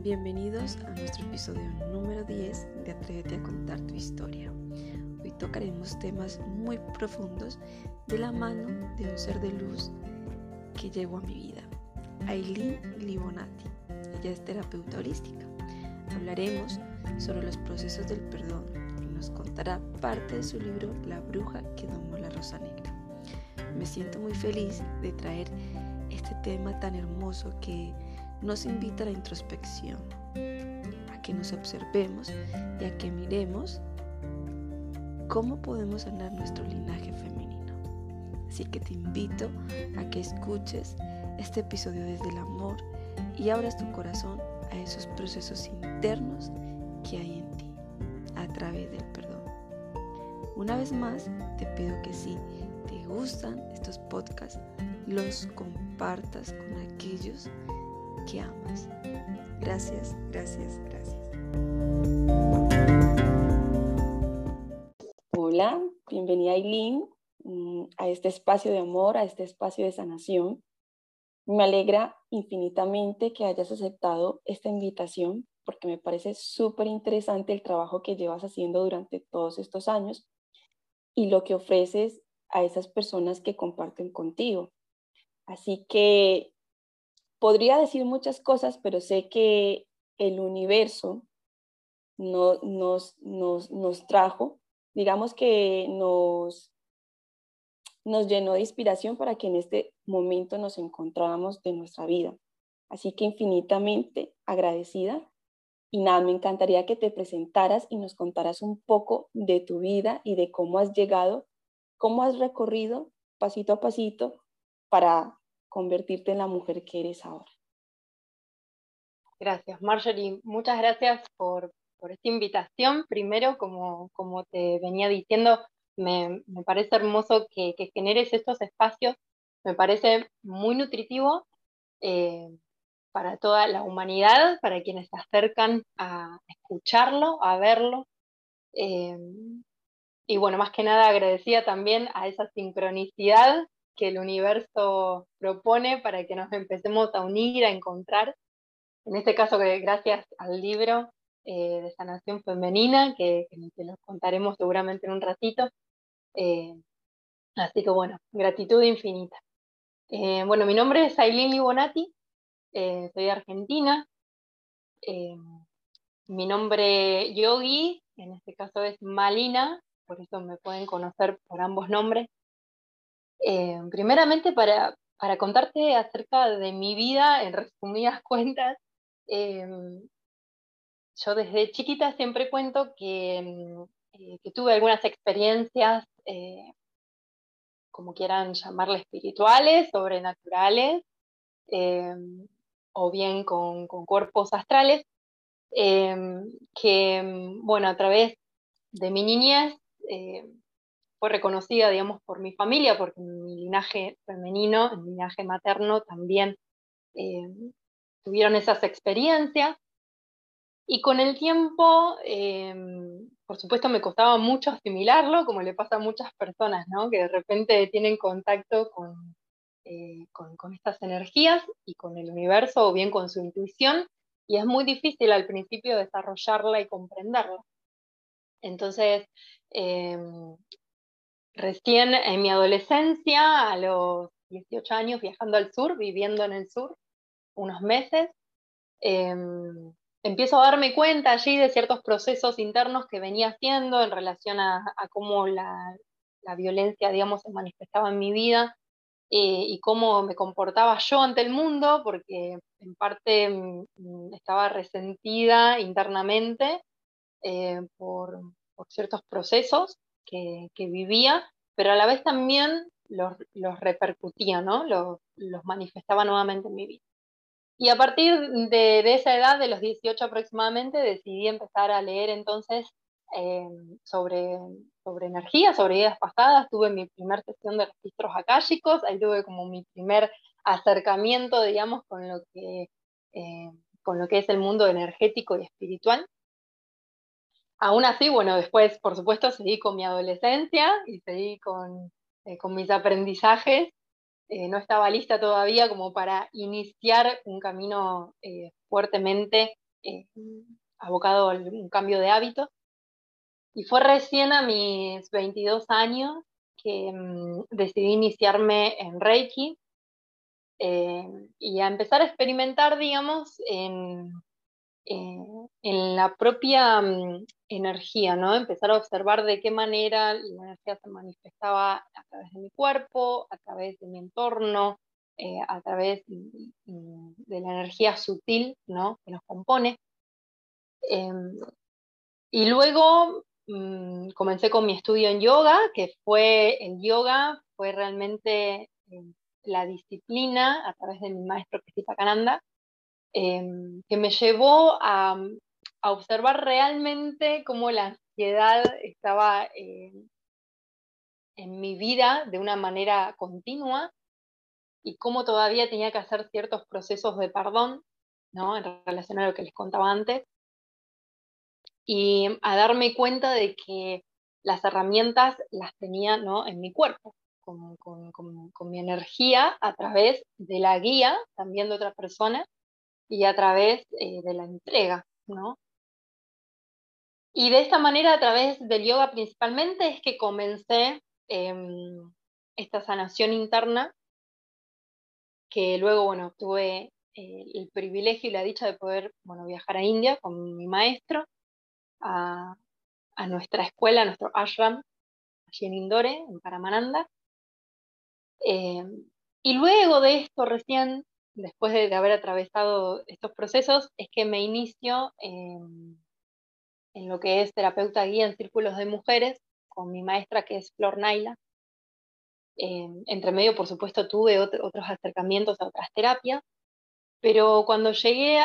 Bienvenidos a nuestro episodio número 10 de Atrévete a contar tu historia. Hoy tocaremos temas muy profundos de la mano de un ser de luz que llegó a mi vida, Aileen Libonati. Ella es terapeuta holística. Hablaremos sobre los procesos del perdón y nos contará parte de su libro La bruja que domó la rosa negra. Me siento muy feliz de traer este tema tan hermoso que nos invita a la introspección, a que nos observemos y a que miremos cómo podemos sanar nuestro linaje femenino. Así que te invito a que escuches este episodio desde el amor y abras tu corazón a esos procesos internos que hay en ti a través del perdón. Una vez más, te pido que si te gustan estos podcasts, los compartas con aquellos que amas. Gracias. Hola, bienvenida Aileen a este espacio de amor, a este espacio de sanación. Me alegra infinitamente que hayas aceptado esta invitación porque me parece súper interesante el trabajo que llevas haciendo durante todos estos años y lo que ofreces a esas personas que comparten contigo. Así que podría decir muchas cosas, pero sé que el universo nos trajo, digamos que nos llenó de inspiración para que en este momento nos encontráramos de nuestra vida. Así que infinitamente agradecida. Y nada, me encantaría que te presentaras y nos contaras un poco de tu vida y de cómo has llegado, cómo has recorrido pasito a pasito para convertirte en la mujer que eres ahora. Gracias, Marjorie. Muchas gracias por esta invitación. Primero, como te venía diciendo, me parece hermoso que generes estos espacios. Me parece muy nutritivo para toda la humanidad, para quienes se acercan a escucharlo, a verlo. Y bueno, más que nada agradecida también a esa sincronicidad que el universo propone para que nos empecemos a unir, a encontrar. En este caso, gracias al libro de sanación femenina, que te lo contaremos seguramente en un ratito. Así que bueno, gratitud infinita. Bueno, mi nombre es Aileen Libonati, soy argentina. Mi nombre yogi, en este caso es Malina, por eso me pueden conocer por ambos nombres. Primeramente, para contarte acerca de mi vida, en resumidas cuentas, yo desde chiquita siempre cuento que tuve algunas experiencias, como quieran llamarle, espirituales, sobrenaturales, eh, o bien con cuerpos astrales, eh, que, bueno, a través de mi niñez fue reconocida, digamos, por mi familia, porque en mi linaje femenino, en mi linaje materno, también eh, tuvieron esas experiencias. Y con el tiempo, por supuesto, me costaba mucho asimilarlo, como le pasa a muchas personas, ¿no? Que de repente tienen contacto con estas energías y con el universo, o bien con su intuición, y es muy difícil al principio desarrollarla y comprenderla. Entonces, eh, recién en mi adolescencia, a los 18 años, viajando al sur, viviendo en el sur unos meses, eh, empiezo a darme cuenta allí de ciertos procesos internos que venía haciendo en relación a cómo la violencia, digamos, se manifestaba en mi vida, y cómo me comportaba yo ante el mundo, porque en parte estaba resentida internamente por ciertos procesos que vivía, pero a la vez también los repercutía, ¿no? Los manifestaba nuevamente en mi vida. Y a partir de esa edad, de los 18 aproximadamente, decidí empezar a leer entonces eh, sobre, sobre energía, sobre vidas pasadas. Tuve mi primera sesión de registros akáshicos, ahí tuve como mi primer acercamiento, digamos, eh, con lo que es el mundo energético y espiritual. Aún así, bueno, después, por supuesto, seguí con mi adolescencia y seguí con mis aprendizajes. No estaba lista todavía como para iniciar un camino fuertemente eh, abocado a un cambio de hábitos. Y fue recién a mis 22 años que decidí iniciarme en Reiki, y a empezar a experimentar, digamos, en la propia energía, ¿no? Empezar a observar de qué manera la energía se manifestaba a través de mi cuerpo, a través de mi entorno, a través de la energía sutil, ¿no? Que nos compone. Em, y luego comencé con mi estudio en yoga, que fue el yoga, fue realmente la disciplina a través de mi maestro Kripakananda, que me llevó a observar realmente cómo la ansiedad estaba en mi vida de una manera continua y cómo todavía tenía que hacer ciertos procesos de perdón, ¿no? En relación a lo que les contaba antes, y a darme cuenta de que las herramientas las tenía, ¿no? En mi cuerpo, con mi energía, a través de la guía también de otra persona y a través de la entrega, ¿no? Y de esta manera, a través del yoga principalmente, es que comencé esta sanación interna, que luego, bueno, tuve el privilegio y la dicha de poder, bueno, viajar a India con mi maestro, a, a nuestra escuela, a nuestro ashram, allí en Indore, en Paramananda. Eh, y luego de esto, recién, después de haber atravesado estos procesos, es que me inicio en lo que es terapeuta guía en círculos de mujeres, con mi maestra que es Flor Naila. Entre medio, por supuesto, tuve otros acercamientos a otras terapias, pero cuando llegué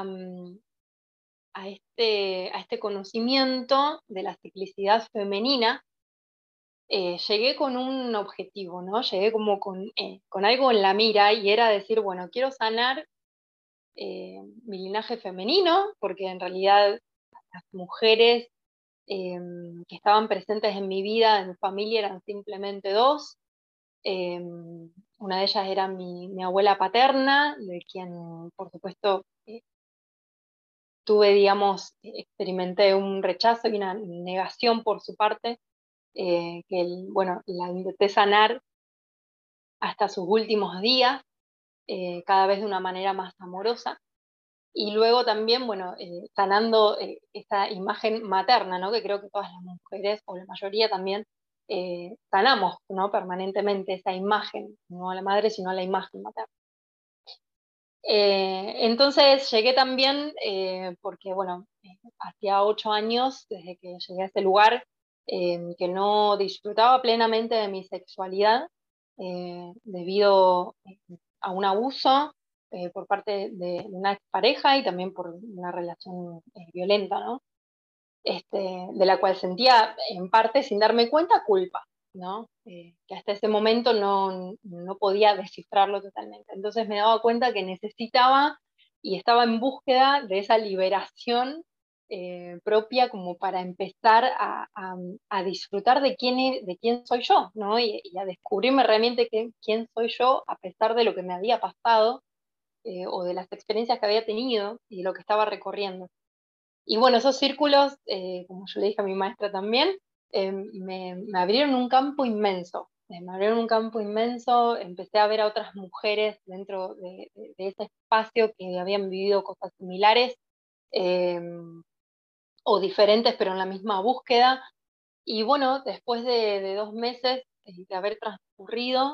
a este conocimiento de la ciclicidad femenina, llegué con un objetivo, ¿no? Llegué como con algo en la mira y era decir, bueno, quiero sanar mi linaje femenino, porque en realidad las mujeres que estaban presentes en mi vida, en mi familia, eran simplemente dos. Una de ellas era mi abuela paterna, de quien, por supuesto, tuve, digamos, experimenté un rechazo y una negación por su parte, bueno, la intenté sanar hasta sus últimos días, cada vez de una manera más amorosa. Y luego también, bueno, sanando esa imagen materna, ¿no? Que creo que todas las mujeres, o la mayoría también, sanamos, ¿no? Permanentemente esa imagen, no a la madre, sino a la imagen materna. Entonces llegué también porque, bueno, hacía 8 años desde que llegué a este lugar que no disfrutaba plenamente de mi sexualidad debido a un abuso por parte de una expareja y también por una relación violenta, ¿no? De la cual sentía en parte, sin darme cuenta, culpa, ¿no? Que hasta ese momento no podía descifrarlo totalmente. Entonces me daba cuenta que necesitaba y estaba en búsqueda de esa liberación propia como para empezar a disfrutar de quién soy yo, ¿no? Y a descubrirme realmente quién soy yo a pesar de lo que me había pasado o de las experiencias que había tenido y lo que estaba recorriendo. Y bueno, esos círculos, como yo le dije a mi maestra también, me abrieron un campo inmenso. Me abrieron un campo inmenso, empecé a ver a otras mujeres dentro de ese espacio que habían vivido cosas similares eh, o diferentes, pero en la misma búsqueda. Y bueno, después de 2 meses de haber transcurrido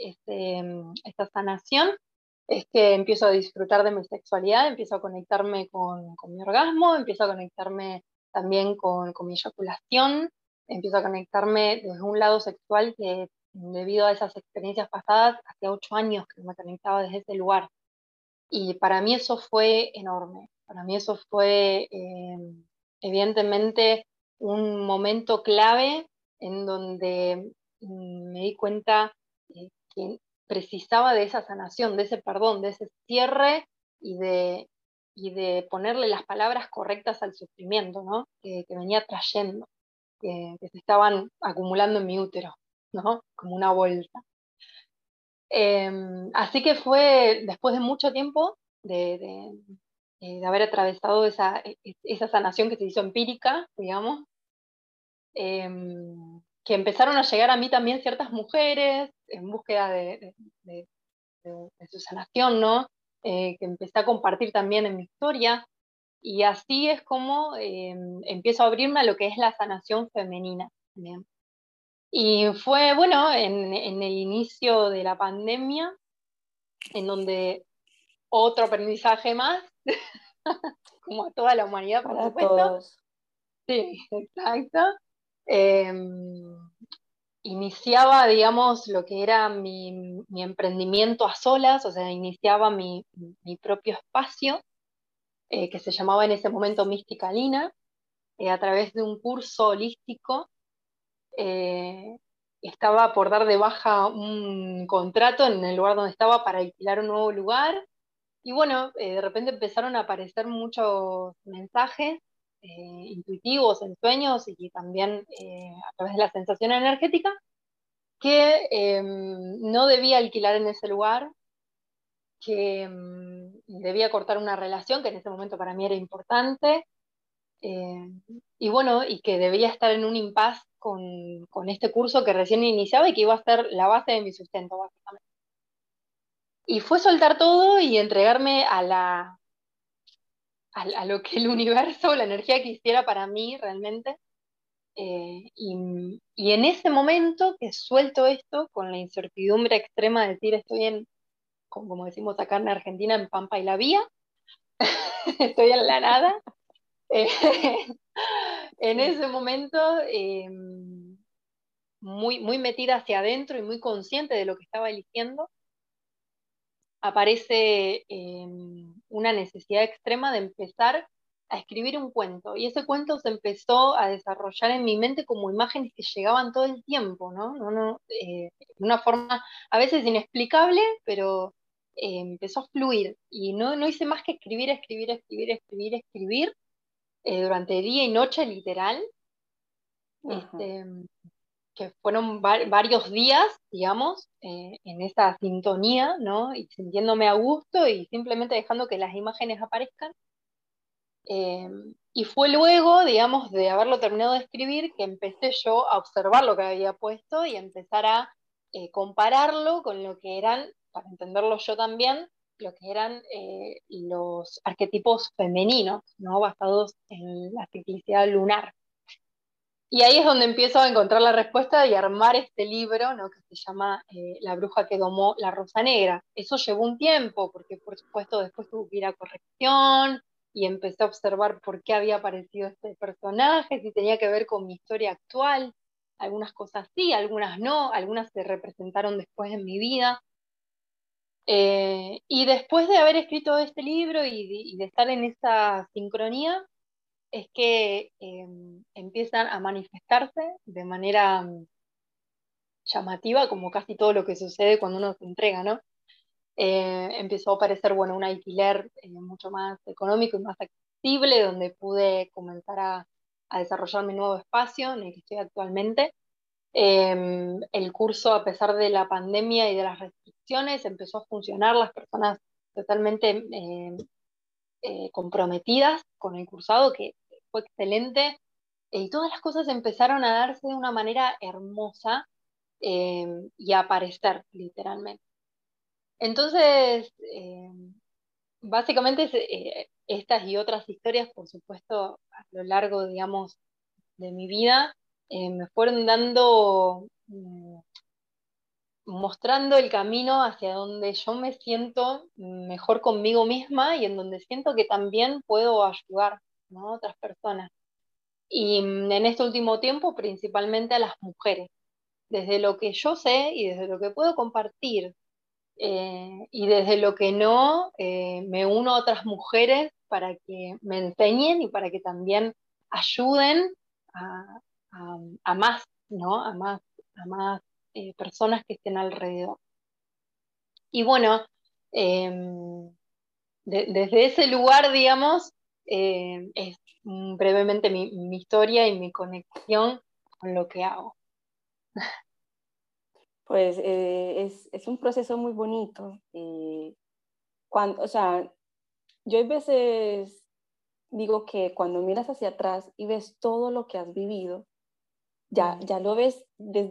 esta sanación, es que empiezo a disfrutar de mi sexualidad, empiezo a conectarme con mi orgasmo, empiezo a conectarme también con mi eyaculación, empiezo a conectarme desde un lado sexual que debido a esas experiencias pasadas, hacía 8 años que no me conectaba desde ese lugar. Y para mí eso fue enorme, para mí eso fue evidentemente un momento clave en donde me di cuenta que precisaba de esa sanación, de ese perdón, de ese cierre y de ponerle las palabras correctas al sufrimiento, ¿no? Que venía trayendo, que se estaban acumulando en mi útero, ¿no? Como una bolsa. Así que fue después de mucho tiempo de haber atravesado esa sanación que se hizo empírica, digamos, que empezaron a llegar a mí también ciertas mujeres en búsqueda de- de su sanación, ¿no? Que empecé a compartir también en mi historia. Y así es como empiezo a abrirme a lo que es la sanación femenina. Bien. Y fue, bueno, en el inicio de la pandemia, en donde otro aprendizaje más, como a toda la humanidad, por Para supuesto. todos. Sí, exacto. Em, Iniciaba, digamos, lo que era mi emprendimiento a solas, o sea, iniciaba mi propio espacio, que se llamaba en ese momento Mística Lina, a través de un curso holístico. eh, Estaba por dar de baja un contrato en el lugar donde estaba para alquilar un nuevo lugar. Y bueno, de repente empezaron a aparecer muchos mensajes intuitivos en sueños y también a través de la sensación energética que no debía alquilar en ese lugar, que debía cortar una relación que en ese momento para mí era importante, eh, y bueno, y que debía estar en un impasse con este curso que recién iniciaba y que iba a ser la base de mi sustento, básicamente. Y fue soltar todo y entregarme a lo que el universo, la energía quisiera para mí realmente. Y en ese momento que suelto esto, con la incertidumbre extrema de decir estoy como decimos acá en Argentina, en Pampa y la Vía, estoy en la nada. Eh, en Sí. ese momento, muy metida hacia adentro y muy consciente de lo que estaba eligiendo, aparece una necesidad extrema de empezar a escribir un cuento. Y ese cuento se empezó a desarrollar en mi mente como imágenes que llegaban todo el tiempo, ¿no? De una forma a veces inexplicable, pero empezó a fluir. Y no hice más que escribir, escribir, escribir, escribir, escribir, durante día y noche, literal. Ajá. Este, que fueron varios días, digamos, en esa sintonía, ¿no? Y sintiéndome a gusto y simplemente dejando que las imágenes aparezcan. Eh, y fue luego, digamos, de haberlo terminado de escribir, que empecé yo a observar lo que había puesto y empezar a compararlo con lo que eran, para entenderlo yo también, lo que eran los arquetipos femeninos, ¿no? Basados en la ciclicidad lunar. Y ahí es donde empiezo a encontrar la respuesta y armar este libro, ¿no? Que se llama La bruja que domó la rosa negra. Eso llevó un tiempo, porque por supuesto después tuve que ir a corrección y empecé a observar por qué había aparecido este personaje, si tenía que ver con mi historia actual. Algunas cosas sí, algunas no, algunas se representaron después en mi vida. Y después de haber escrito este libro y de estar en esa sincronía, es que empiezan a manifestarse de manera llamativa, como casi todo lo que sucede cuando uno se entrega, ¿no? Empezó a aparecer, bueno, un alquiler mucho más económico y más accesible, donde pude comenzar a desarrollar mi nuevo espacio en el que estoy actualmente. El curso, a pesar de la pandemia y de las restricciones, empezó a funcionar, las personas totalmente comprometidas con el cursado, que fue excelente, y todas las cosas empezaron a darse de una manera hermosa y a aparecer literalmente. Entonces, básicamente estas y otras historias, por supuesto, a lo largo, digamos, de mi vida, me fueron dando, mostrando el camino hacia donde yo me siento mejor conmigo misma y en donde siento que también puedo ayudar, ¿no? A otras personas. Y en este último tiempo, principalmente a las mujeres, desde lo que yo sé y desde lo que puedo compartir, y desde lo que no, me uno a otras mujeres para que me enseñen y para que también ayuden a, a más, ¿no? A más personas que estén alrededor. Y bueno, eh, desde ese lugar, digamos, es brevemente mi historia y mi conexión con lo que hago. Pues es un proceso muy bonito. O sea, yo hay veces digo que cuando miras hacia atrás y ves todo lo que has vivido, ya lo ves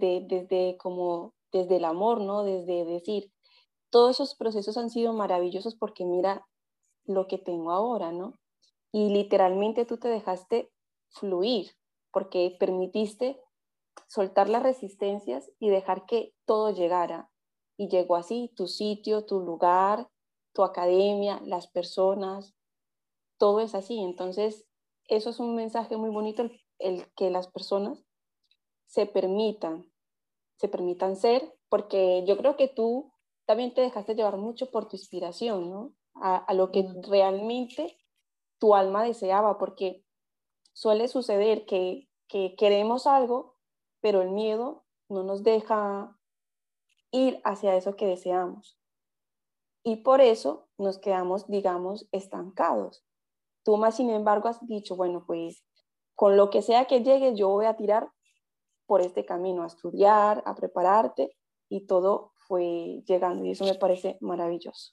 desde el amor, ¿no? Desde decir, todos esos procesos han sido maravillosos porque mira lo que tengo ahora, ¿no? Y literalmente tú te dejaste fluir porque permitiste soltar las resistencias y dejar que todo llegara. Y llegó así tu sitio, tu lugar, tu academia, las personas, todo es así. Entonces, eso es un mensaje muy bonito, el que las personas se permitan, se permitan ser, porque yo creo que tú también te dejaste llevar mucho por tu inspiración, ¿no? A lo que realmente tu alma deseaba, porque suele suceder que queremos algo, pero el miedo no nos deja ir hacia eso que deseamos. Y por eso nos quedamos, digamos, estancados. Tú más, sin embargo, has dicho, bueno, pues con lo que sea que llegue, yo voy a tirar por este camino, a estudiar, a prepararte, y todo fue llegando, y eso me parece maravilloso.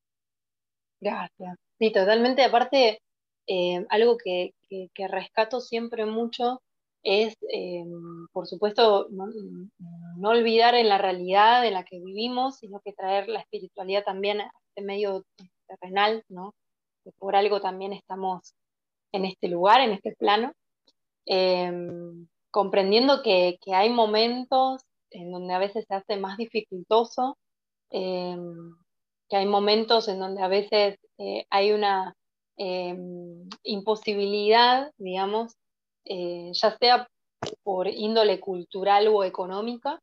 Gracias. Sí, totalmente. Aparte, algo que rescato siempre mucho es, por supuesto, no olvidar en la realidad en la que vivimos, sino que traer la espiritualidad también a este medio terrenal, ¿no? Que por algo también estamos en este lugar, en este plano, eh, comprendiendo que hay momentos en donde a veces se hace más dificultoso, eh, que hay momentos en donde a veces hay una eh, imposibilidad, digamos, ya sea por índole cultural o económica,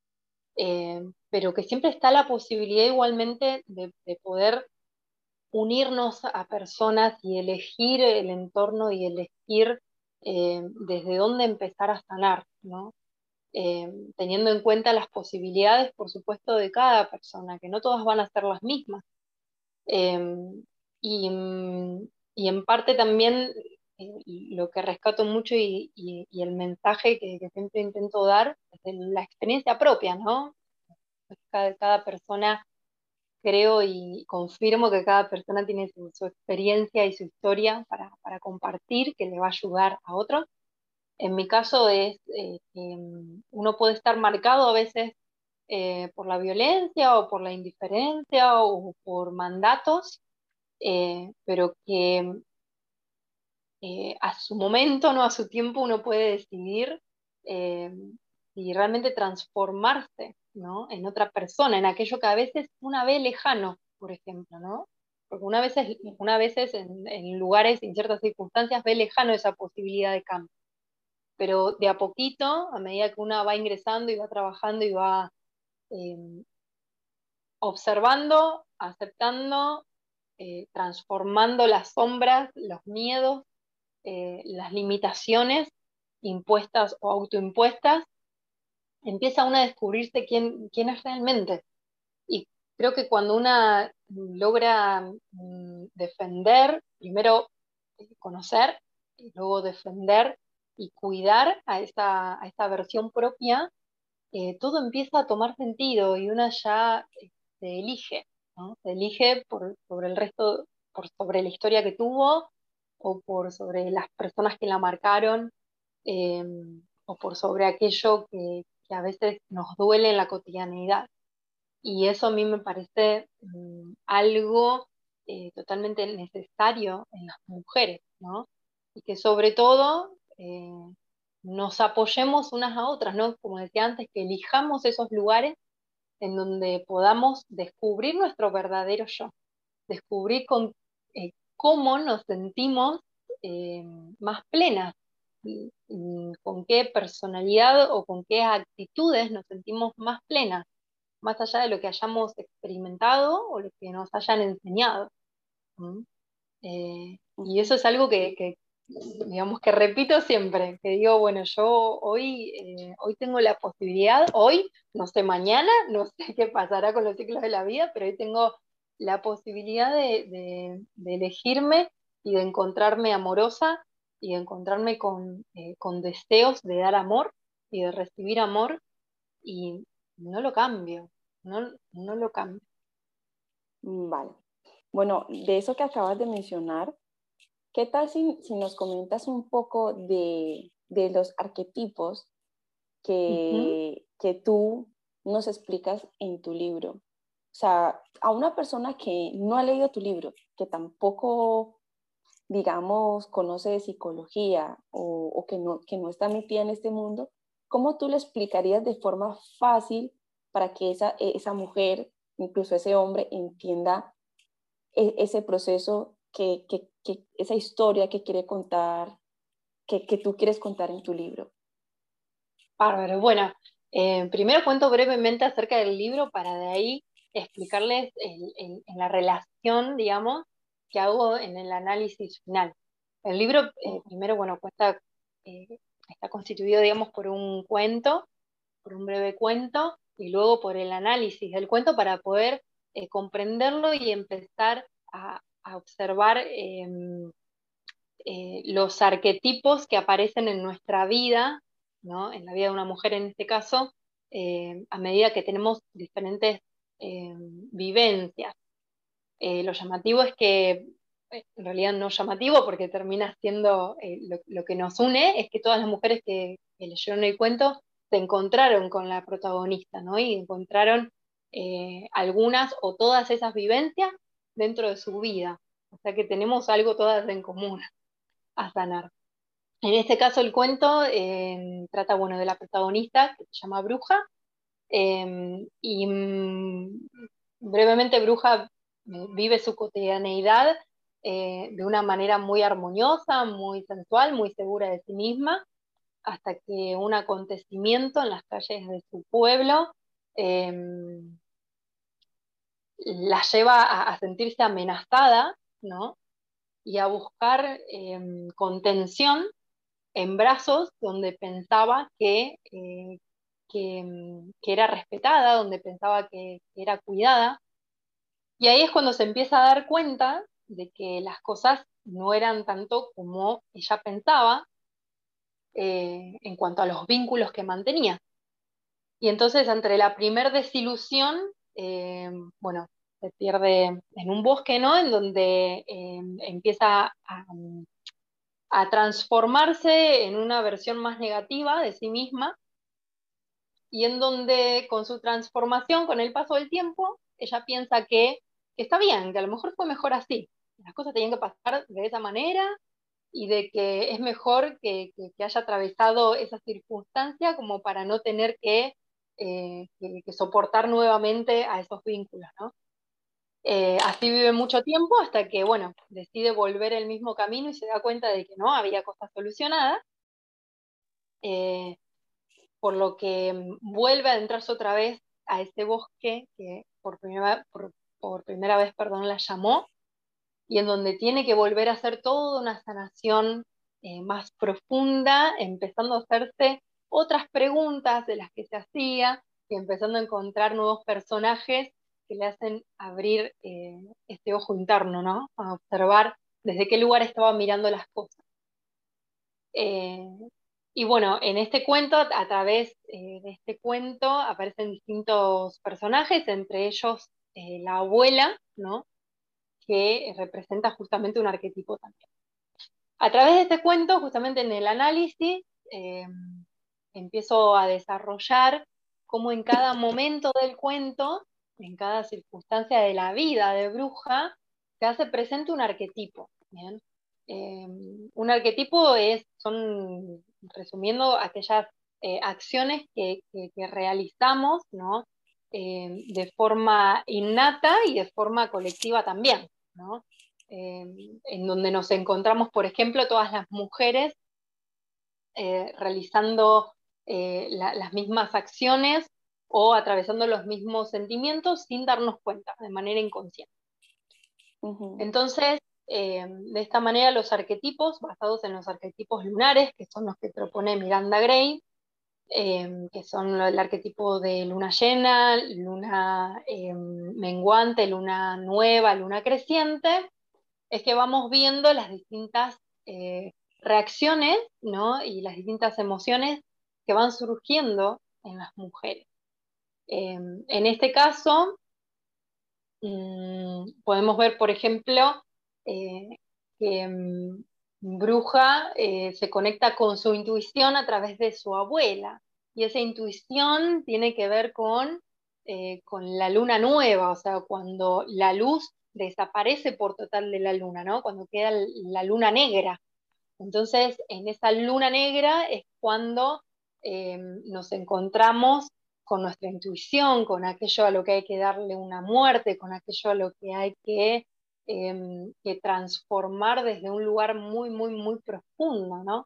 pero que siempre está la posibilidad igualmente de poder unirnos a personas y elegir el entorno y elegir desde dónde empezar a sanar, ¿no? Teniendo en cuenta las posibilidades, por supuesto, de cada persona, que no todas van a ser las mismas. Eh, y, y en parte también lo que rescato mucho y el mensaje que siempre intento dar es de la experiencia propia, ¿no? Cada persona, creo y confirmo que cada persona tiene su experiencia y su historia para compartir, que le va a ayudar a otros. En mi caso es que uno puede estar marcado a veces por la violencia o por la indiferencia o por mandatos, pero que a su momento, no a su tiempo, uno puede decidir eh, y realmente transformarse, ¿no? En otra persona, en aquello que a veces una ve lejano, por ejemplo, ¿no? Porque una veces en lugares, en ciertas circunstancias, ve lejano esa posibilidad de cambio. Pero de a poquito, a medida que uno va ingresando y va trabajando y va eh, observando, aceptando, transformando las sombras, los miedos, las limitaciones impuestas o autoimpuestas, empieza uno a descubrirse quién es realmente. Y creo que cuando una logra defender, primero conocer, y luego defender y cuidar a esa versión propia, todo empieza a tomar sentido y una ya se elige, ¿no? Se elige sobre el resto, sobre la historia que tuvo o sobre las personas que la marcaron, eh, o por sobre aquello que a veces nos duele en la cotidianidad. Y eso a mí me parece algo totalmente necesario en las mujeres, ¿no? Y que sobre todo nos apoyemos unas a otras, ¿no? Como decía antes, que elijamos esos lugares en donde podamos descubrir nuestro verdadero yo, descubrir cómo nos sentimos eh, más plenas, con qué personalidad o con qué actitudes nos sentimos más plenas, más allá de lo que hayamos experimentado o lo que nos hayan enseñado. ¿Mm? Y eso es algo digamos, que repito siempre, que digo, bueno, yo hoy tengo la posibilidad, hoy, no sé mañana, no sé qué pasará con los ciclos de la vida, pero hoy tengo la posibilidad de elegirme y de encontrarme amorosa y de encontrarme con deseos de dar amor y de recibir amor y no lo cambio, no lo cambio. Vale. Bueno, de eso que acabas de mencionar, ¿qué tal si nos comentas un poco de los arquetipos Ujú. que tú nos explicas en tu libro? O sea, a una persona que no ha leído tu libro, que tampoco, digamos, conoce de psicología o que no está metida en este mundo, ¿cómo tú le explicarías de forma fácil para que esa mujer, incluso ese hombre, entienda ese proceso, esa historia que quiere contar, que tú quieres contar en tu libro? Bárbaro. Bueno, primero cuento brevemente acerca del libro para de ahí explicarles en la relación, digamos, que hago en el análisis final. El libro, primero, bueno, eh, está constituido, digamos, por un cuento, por un breve cuento, y luego por el análisis del cuento para poder comprenderlo y empezar a observar los arquetipos que aparecen en nuestra vida, ¿no? En la vida de una mujer en este caso, a medida que tenemos diferentes vivencias. Lo llamativo es que, en realidad no llamativo, porque termina siendo lo que nos une, es que todas las mujeres que leyeron el cuento se encontraron con la protagonista, ¿no? Y encontraron algunas o todas esas vivencias dentro de su vida. O sea que tenemos algo todas en común a sanar. En este caso el cuento trata, bueno, de la protagonista que se llama Bruja, y brevemente Bruja vive su cotidianeidad de una manera muy armoniosa, muy sensual, muy segura de sí misma, hasta que un acontecimiento en las calles de su pueblo eh, la lleva a sentirse amenazada, ¿no? Y a buscar contención en brazos donde pensaba que era respetada, donde pensaba que era cuidada. Y ahí es cuando se empieza a dar cuenta de que las cosas no eran tanto como ella pensaba en cuanto a los vínculos que mantenía. Y entonces, entre la primer desilusión, eh, bueno, se pierde en un bosque, ¿no? En donde empieza a transformarse en una versión más negativa de sí misma, y en donde con su transformación, con el paso del tiempo, ella piensa que está bien, que a lo mejor fue mejor así, las cosas tenían que pasar de esa manera, y de que es mejor que haya atravesado esa circunstancia como para no tener que soportar nuevamente a esos vínculos, ¿no? Así vive mucho tiempo hasta que, bueno, decide volver el mismo camino y se da cuenta de que no había cosas solucionadas, eh, por lo que vuelve a adentrarse otra vez a ese bosque que por primera vez, perdón, la llamó, y en donde tiene que volver a hacer toda una sanación más profunda, empezando a hacerse otras preguntas de las que se hacía, y empezando a encontrar nuevos personajes que le hacen abrir este ojo interno, ¿no? A observar desde qué lugar estaba mirando las cosas. Eh, y bueno, en este cuento, a través de este cuento, aparecen distintos personajes, entre ellos la abuela, ¿no? Que representa justamente un arquetipo también. A través de este cuento, justamente en el análisis, eh, empiezo a desarrollar cómo en cada momento del cuento, en cada circunstancia de la vida de Bruja, se hace presente un arquetipo. ¿Bien? Eh, un arquetipo son, resumiendo, aquellas acciones que realizamos, ¿no? De forma innata y de forma colectiva también, ¿no? Eh, en donde nos encontramos, por ejemplo, todas las mujeres realizando las mismas acciones o atravesando los mismos sentimientos sin darnos cuenta, de manera inconsciente. Ujú. Entonces, de esta manera los arquetipos, basados en los arquetipos lunares, que son los que propone Miranda Gray, que son el arquetipo de luna llena, luna menguante, luna nueva, luna creciente, es que vamos viendo las distintas reacciones, ¿no? Y las distintas emociones que van surgiendo en las mujeres. En este caso, podemos ver, por ejemplo, que Bruja se conecta con su intuición a través de su abuela, y esa intuición tiene que ver con la luna nueva, o sea, cuando la luz desaparece por total de la luna, ¿no? Cuando queda la luna negra. Entonces, en esa luna negra es cuando nos encontramos con nuestra intuición, con aquello a lo que hay que darle una muerte, con aquello a lo que hay que transformar desde un lugar muy, muy, muy profundo, ¿no?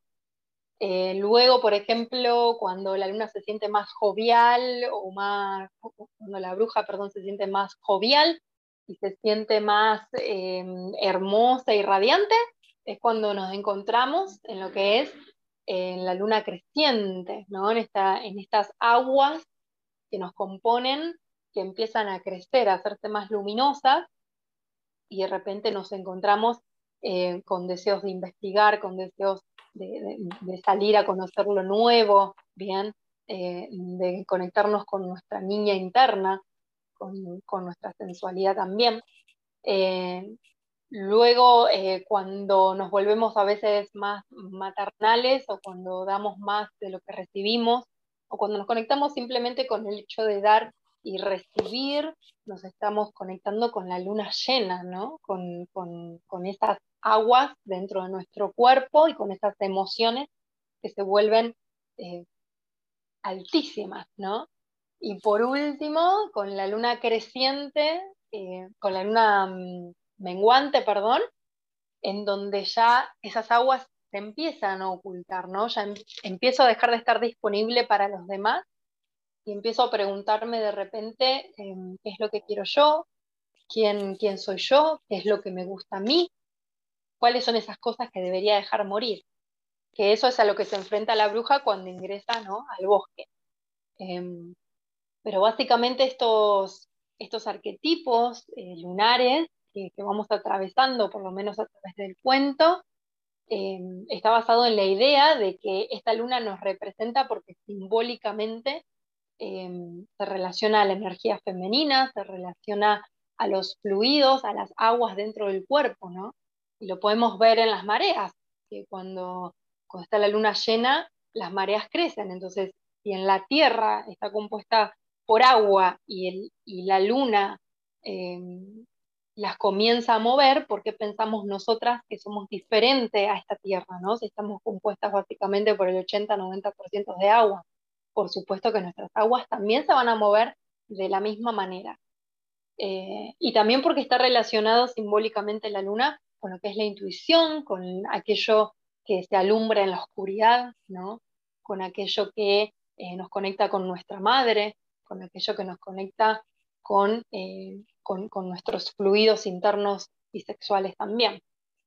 Luego, por ejemplo, cuando la luna se siente más jovial, cuando la bruja, perdón, se siente más jovial y se siente más hermosa y radiante, es cuando nos encontramos en lo que es en la luna creciente, ¿no? En estas aguas que nos componen, que empiezan a crecer, a hacerse más luminosas, y de repente nos encontramos con deseos de investigar, con deseos de salir a conocer lo nuevo, bien, de conectarnos con nuestra niña interna, con nuestra sensualidad también. Eh, Luego, cuando nos volvemos a veces más maternales, o cuando damos más de lo que recibimos, o cuando nos conectamos simplemente con el hecho de dar y recibir, nos estamos conectando con la luna llena, ¿no? Con esas aguas dentro de nuestro cuerpo y con esas emociones que se vuelven eh, altísimas, ¿no? Y por último, con la luna creciente, con la luna menguante, perdón, en donde ya esas aguas se empiezan a ocultar, ¿no? Ya empiezo a dejar de estar disponible para los demás y empiezo a preguntarme de repente qué es lo que quiero yo, quién soy yo, qué es lo que me gusta a mí, cuáles son esas cosas que debería dejar morir. Que eso es a lo que se enfrenta la bruja cuando ingresa, ¿no?, al bosque. Eh, pero básicamente estos arquetipos lunares que vamos atravesando, por lo menos a través del cuento, está basado en la idea de que esta luna nos representa porque simbólicamente se relaciona a la energía femenina, se relaciona a los fluidos, a las aguas dentro del cuerpo, ¿no? Y lo podemos ver en las mareas, que cuando está la luna llena, las mareas crecen. Entonces, si en la Tierra está compuesta por agua y la luna eh, las comienza a mover, ¿por qué pensamos nosotras que somos diferentes a esta Tierra, ¿no? Si estamos compuestas básicamente por el 80-90% de agua. Por supuesto que nuestras aguas también se van a mover de la misma manera. Y también porque está relacionado simbólicamente la luna con lo que es la intuición, con aquello que se alumbra en la oscuridad, ¿no? Con aquello que nos conecta con nuestra madre, con aquello que nos conecta con nuestros fluidos internos y sexuales también.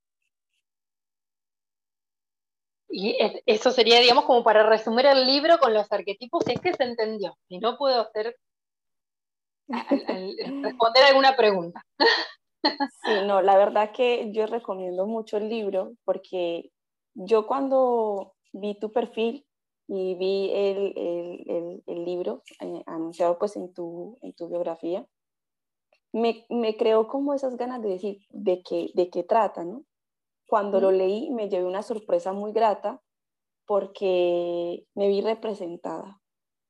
Y eso sería, digamos, como para resumir el libro con los arquetipos, si es que se entendió. Si no, puedo responder alguna pregunta. Sí, no, la verdad que yo recomiendo mucho el libro porque yo cuando vi tu perfil y vi el libro anunciado pues en tu biografía, me creó como esas ganas de decir de qué trata, ¿no? Cuando lo leí me llevé una sorpresa muy grata porque me vi representada.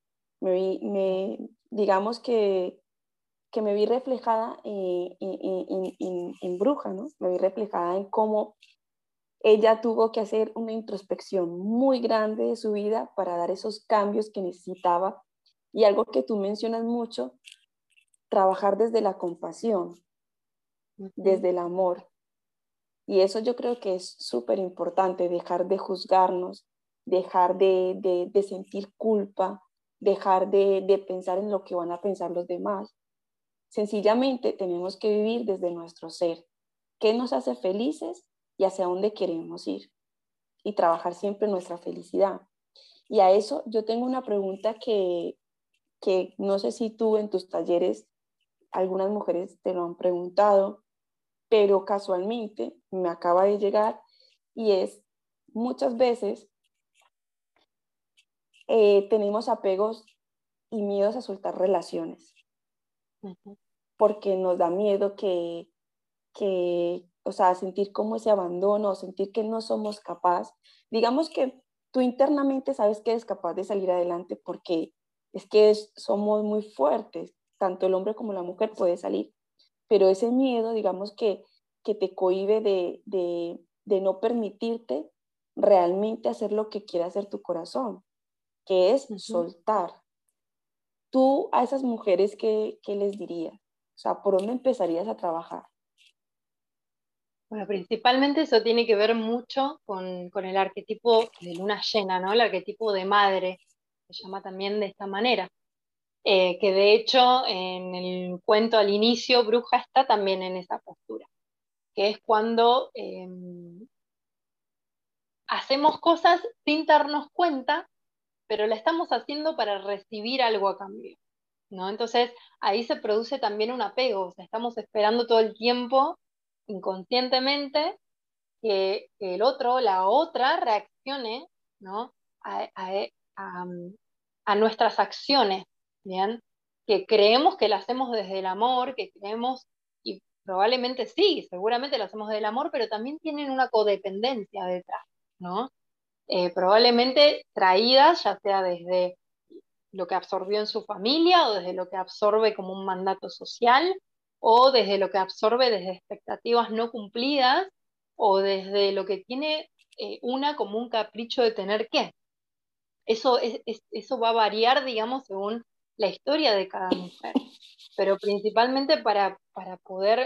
Digamos que me vi reflejada en Bruja, ¿no? Me vi reflejada en cómo ella tuvo que hacer una introspección muy grande de su vida para dar esos cambios que necesitaba. Y algo que tú mencionas mucho, trabajar desde la compasión, desde el amor. Y eso yo creo que es súper importante, dejar de juzgarnos, dejar de sentir culpa, dejar de pensar en lo que van a pensar los demás. Sencillamente tenemos que vivir desde nuestro ser, qué nos hace felices y hacia dónde queremos ir, y trabajar siempre nuestra felicidad. Y a eso yo tengo una pregunta que no sé si tú en tus talleres, algunas mujeres te lo han preguntado, pero casualmente me acaba de llegar, y es, muchas veces tenemos apegos y miedos a soltar relaciones. Uh-huh. porque nos da miedo o sea, sentir como ese abandono, sentir que no somos capaces. Digamos que tú internamente sabes que eres capaz de salir adelante porque es que somos muy fuertes, tanto el hombre como la mujer puede salir, pero ese miedo, digamos que te cohíbe de no permitirte realmente hacer lo que quiere hacer tu corazón, que es Ujú. soltar. Tú a esas mujeres, ¿qué les dirías? O sea, ¿por dónde empezarías a trabajar? Bueno, principalmente eso tiene que ver mucho con el arquetipo de luna llena, ¿no? El arquetipo de madre, se llama también de esta manera. Que de hecho en el cuento al inicio, Bruja está también en esa postura, que es cuando hacemos cosas sin darnos cuenta, pero la estamos haciendo para recibir algo a cambio, ¿no? Entonces ahí se produce también un apego, o sea, estamos esperando todo el tiempo, inconscientemente, que el otro, la otra, reaccione, ¿no? a, a- a, a nuestras acciones, ¿bien? Que creemos que la hacemos desde el amor, que creemos, y probablemente sí, seguramente lo hacemos desde el amor, pero también tienen una codependencia detrás, ¿no? Probablemente traídas ya sea desde lo que absorbió en su familia o desde lo que absorbe como un mandato social o desde lo que absorbe desde expectativas no cumplidas o desde lo que tiene una como un capricho de tener que. Eso va a variar, digamos, según la historia de cada mujer, pero principalmente para poder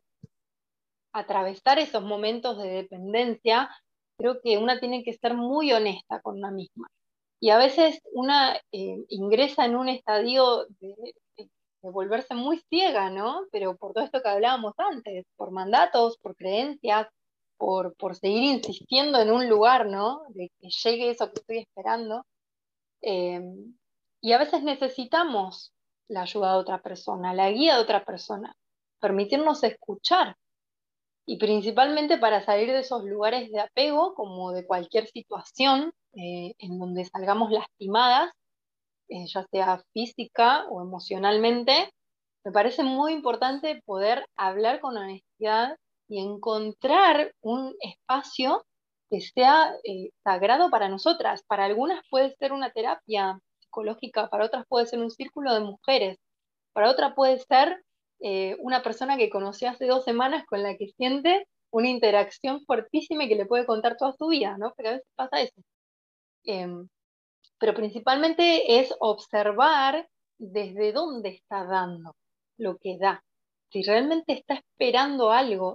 atravesar esos momentos de dependencia, creo que una tiene que ser muy honesta con una misma. Y a veces una ingresa en un estadio de volverse muy ciega, ¿no? Pero por todo esto que hablábamos antes, por mandatos, por creencias, por seguir insistiendo en un lugar, ¿no? De que llegue eso que estoy esperando. Eh, y a veces necesitamos la ayuda de otra persona, la guía de otra persona, permitirnos escuchar y principalmente para salir de esos lugares de apego, como de cualquier situación en donde salgamos lastimadas, ya sea física o emocionalmente, me parece muy importante poder hablar con honestidad y encontrar un espacio que sea sagrado para nosotras. Para algunas puede ser una terapia psicológica, para otras puede ser un círculo de mujeres, para otra puede ser una persona que conoció hace 2 semanas con la que siente una interacción fuertísima y que le puede contar toda su vida, ¿no? Porque a veces pasa eso. Em, pero principalmente es observar desde dónde está dando lo que da. Si realmente está esperando algo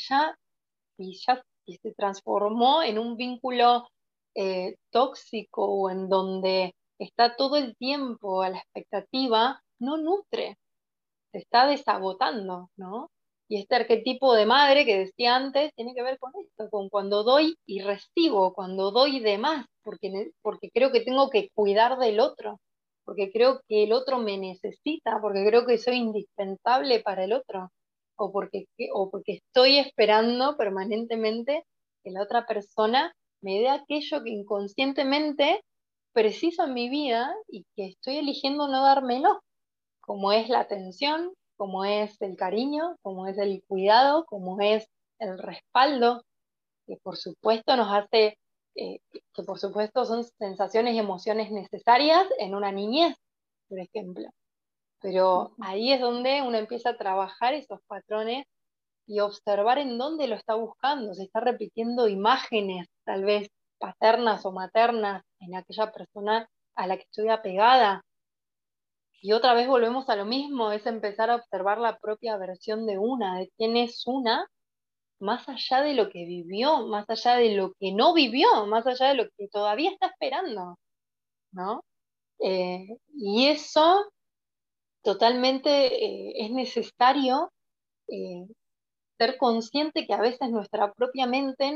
y se transformó en un vínculo tóxico o en donde está todo el tiempo a la expectativa, no nutre, se está desagotando, ¿no? Y este arquetipo de madre que decía antes tiene que ver con esto, con cuando doy y recibo, cuando doy de más, porque creo que tengo que cuidar del otro, porque creo que el otro me necesita, porque creo que soy indispensable para el otro, o porque estoy esperando permanentemente que la otra persona me dé aquello que inconscientemente preciso en mi vida y que estoy eligiendo no dármelo, como es la atención, como es el cariño, como es el cuidado, como es el respaldo, que por supuesto nos hace, que por supuesto son sensaciones y emociones necesarias en una niñez, por ejemplo. Pero ahí es donde uno empieza a trabajar esos patrones y observar en dónde lo está buscando, se está repitiendo imágenes, tal vez paternas o maternas, en aquella persona a la que estoy apegada, y otra vez volvemos a lo mismo, es empezar a observar la propia versión de una, de quién es una, más allá de lo que vivió, más allá de lo que no vivió, más allá de lo que todavía está esperando, ¿no? Y eso totalmente es necesario eh, ser consciente que a veces nuestra propia mente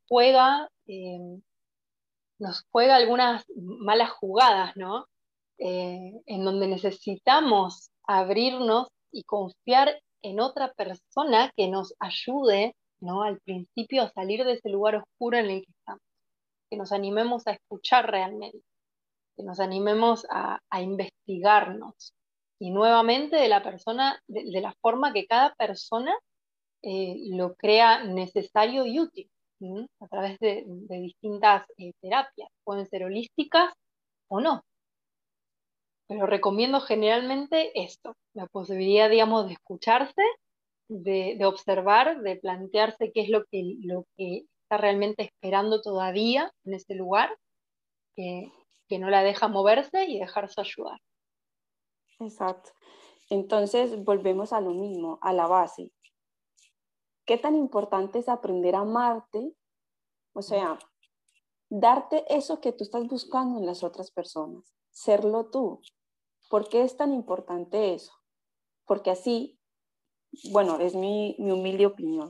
nos juega algunas malas jugadas, ¿no? En donde necesitamos abrirnos y confiar en otra persona que nos ayude, ¿no? Al principio a salir de ese lugar oscuro en el que estamos, que nos animemos a escuchar realmente, que nos animemos a investigarnos. y nuevamente de la persona, de la forma que cada persona lo crea necesario y útil, ¿sí? A través de distintas terapias, pueden ser holísticas o no, pero recomiendo generalmente esto, la posibilidad, digamos, de escucharse, de observar, de plantearse qué es lo que está realmente esperando todavía en ese lugar, que, que no la deja moverse y dejarse ayudar. Exacto. Entonces volvemos a lo mismo, a la base. ¿Qué tan importante es aprender a amarte? O sea, darte eso que tú estás buscando en las otras personas, serlo tú. ¿Por qué es tan importante eso? Porque así, bueno, es mi humilde opinión.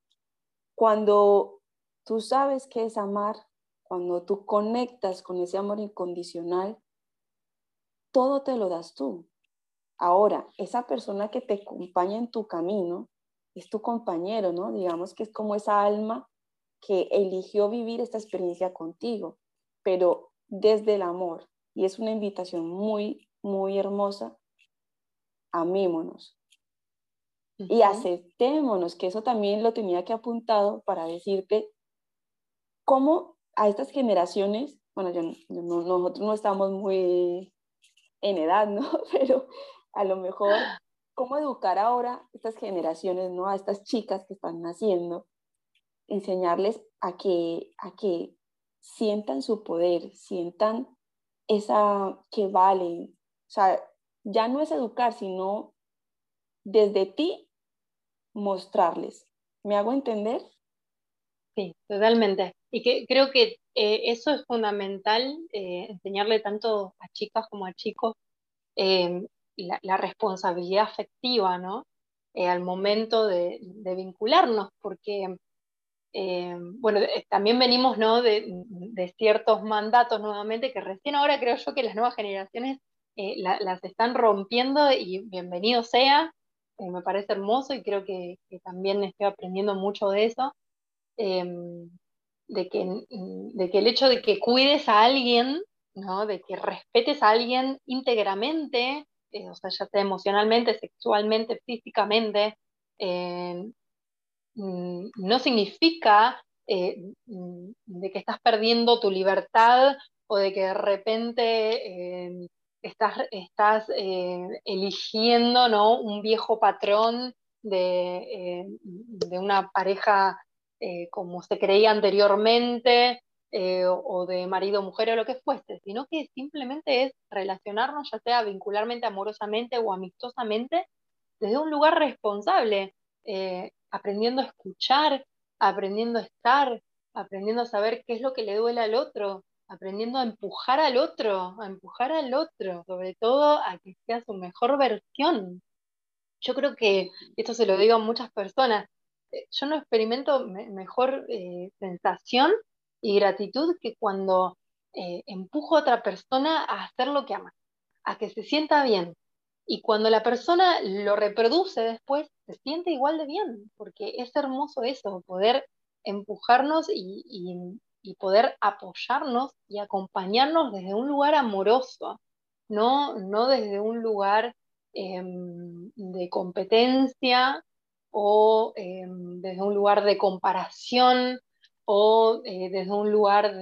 Cuando tú sabes qué es amar, cuando tú conectas con ese amor incondicional, todo te lo das tú. Ahora, esa persona que te acompaña en tu camino es tu compañero, ¿no? Digamos que es como esa alma que eligió vivir esta experiencia contigo, pero desde el amor. Y es una invitación muy, muy hermosa. Amémonos y Ujú. aceptémonos, que eso también lo tenía que apuntado para decirte cómo a estas generaciones, bueno, nosotros no estamos muy en edad, ¿no? Pero a lo mejor, ¿cómo educar ahora estas generaciones, ¿no? A estas chicas que están naciendo, enseñarles a que sientan su poder, sientan esa que valen. O sea, ya no es educar, sino desde ti mostrarles. ¿Me hago entender? Sí, totalmente. Y que creo que eso es fundamental, enseñarle tanto a chicas como a chicos eh, la responsabilidad afectiva, ¿no? Al momento de vincularnos, porque, bueno, también venimos, ¿no? De ciertos mandatos nuevamente que recién ahora creo yo que las nuevas generaciones las están rompiendo y bienvenido sea. Me parece hermoso y creo que también estoy aprendiendo mucho de eso. em, de que el hecho de que cuides a alguien, ¿no? De que respetes a alguien íntegramente, o sea, ya sea emocionalmente, sexualmente, físicamente, eh, no significa de que estás perdiendo tu libertad o de que de repente estás eligiendo, ¿no? Un viejo patrón de una pareja como se creía anteriormente, o de marido, mujer o lo que fuese, sino que simplemente es relacionarnos, ya sea vincularmente, amorosamente o amistosamente, desde un lugar responsable, aprendiendo a escuchar, aprendiendo a estar, aprendiendo a saber qué es lo que le duele al otro, aprendiendo a empujar al otro, sobre todo a que sea su mejor versión. Yo creo que, esto se lo digo a muchas personas, yo no experimento mejor sensación y gratitud que cuando empujo a otra persona a hacer lo que ama, a que se sienta bien. Y cuando la persona lo reproduce después, se siente igual de bien, porque es hermoso eso, poder empujarnos y poder apoyarnos y acompañarnos desde un lugar amoroso, no desde un lugar de competencia o desde un lugar de comparación o desde un lugar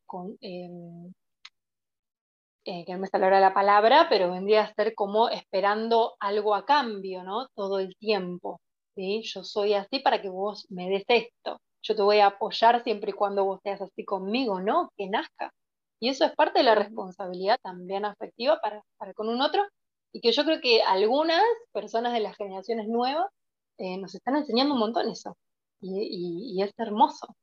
que no me sale ahora la palabra, pero vendría a ser como esperando algo a cambio, ¿no? Todo el tiempo, ¿sí? Yo soy así para que vos me des esto. Yo te voy a apoyar siempre y cuando vos seas así conmigo, ¿no? Que nazca. Y eso es parte de la responsabilidad también afectiva para con un otro, y que yo creo que algunas personas de las generaciones nuevas nos están enseñando un montón eso. Y es hermoso.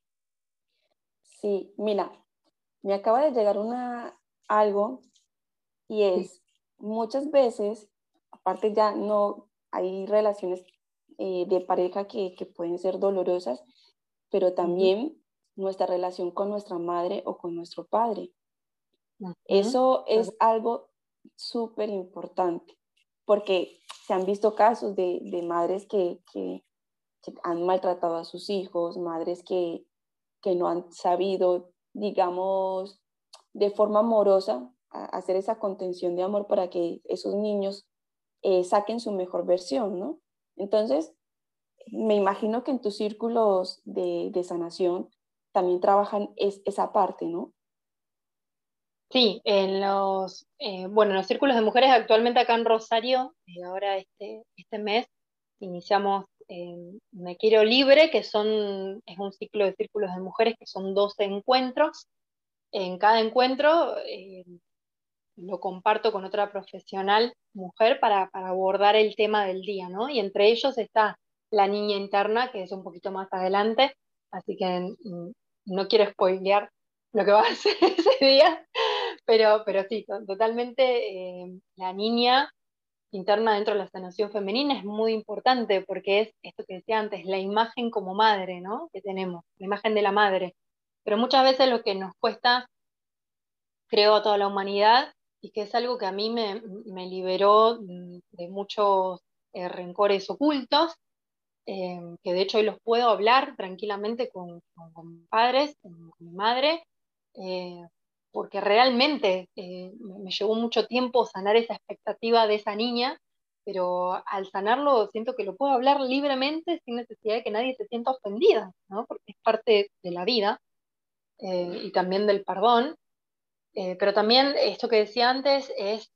Sí, mira, me acaba de llegar algo y Sí. es muchas veces, aparte ya no hay relaciones de pareja que pueden ser dolorosas, pero Ujú, también nuestra relación con nuestra madre o con nuestro padre. ujú. Eso es algo súper importante, porque se han visto casos de madres que han maltratado a sus hijos, madres que no han sabido, digamos, de forma amorosa, hacer esa contención de amor para que esos niños saquen su mejor versión, ¿no? Entonces, me imagino que en tus círculos de sanación también trabajan esa parte, ¿no? Sí, bueno, en los círculos de mujeres actualmente acá en Rosario, ahora este mes iniciamos Me Quiero Libre, es un ciclo de círculos de mujeres que son 12 encuentros. En cada encuentro lo comparto con otra profesional mujer para abordar el tema del día, ¿no? Y entre ellos está la niña interna, que es un poquito más adelante, así que no quiero spoilear lo que va a ser ese día, pero sí, totalmente la niña interna dentro de la sanación femenina es muy importante porque es esto que decía antes, la imagen como madre, ¿no? Que tenemos, la imagen de la madre. Pero muchas veces lo que nos cuesta, creo, a toda la humanidad, y que es algo que a mí me liberó de muchos rencores ocultos, que de hecho hoy los puedo hablar tranquilamente con mis padres, con mi madre, eh, porque realmente me llevó mucho tiempo sanar esa expectativa de esa niña, pero al sanarlo siento que lo puedo hablar libremente sin necesidad de que nadie se sienta ofendida, ¿no? Porque es parte de la vida y también del perdón. Pero también esto que decía antes es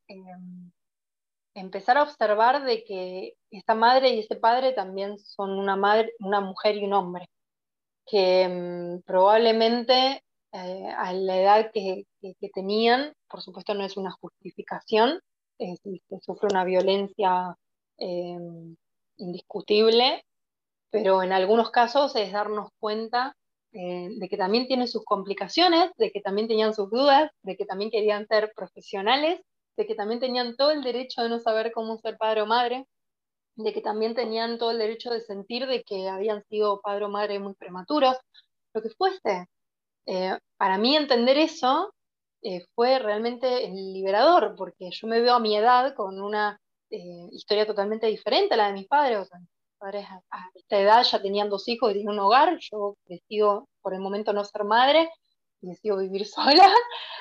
empezar a observar de que esta madre y ese padre también son una madre, una mujer y un hombre, que probablemente a la edad que tenían, por supuesto no es una justificación, si se sufre una violencia eh, indiscutible, pero en algunos casos es darnos cuenta de que también tienen sus complicaciones, de que también tenían sus dudas, de que también querían ser profesionales, de que también tenían todo el derecho de no saber cómo ser padre o madre, de que también tenían todo el derecho de sentir de que habían sido padre o madre muy prematuros, lo que fuese. Para mí entender eso fue realmente liberador, porque yo me veo a mi edad con una historia totalmente diferente a la de mis padres. O sea, mis padres a esta edad ya tenían 2 hijos y tenían un hogar. Yo decido por el momento no ser madre y decido vivir sola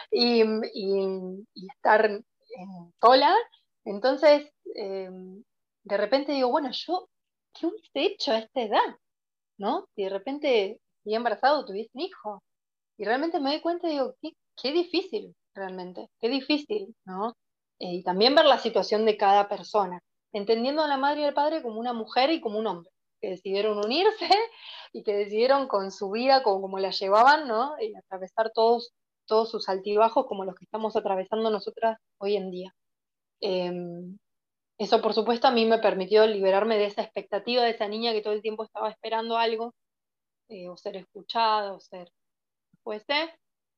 y estar sola. Entonces, de repente digo, bueno, yo, ¿qué hubiese hecho a esta edad? ¿No? Si de repente, si embarazado, tuviese un hijo. Y realmente me doy cuenta y digo, qué difícil, realmente, qué difícil, ¿no? Y también ver la situación de cada persona, entendiendo a la madre y al padre como una mujer y como un hombre, que decidieron unirse y que decidieron con su vida, como la llevaban, ¿no? Y atravesar todos sus altibajos como los que estamos atravesando nosotras hoy en día. Eh, Eso, por supuesto, a mí me permitió liberarme de esa expectativa de esa niña que todo el tiempo estaba esperando algo, o ser escuchada, o ser, puede ser.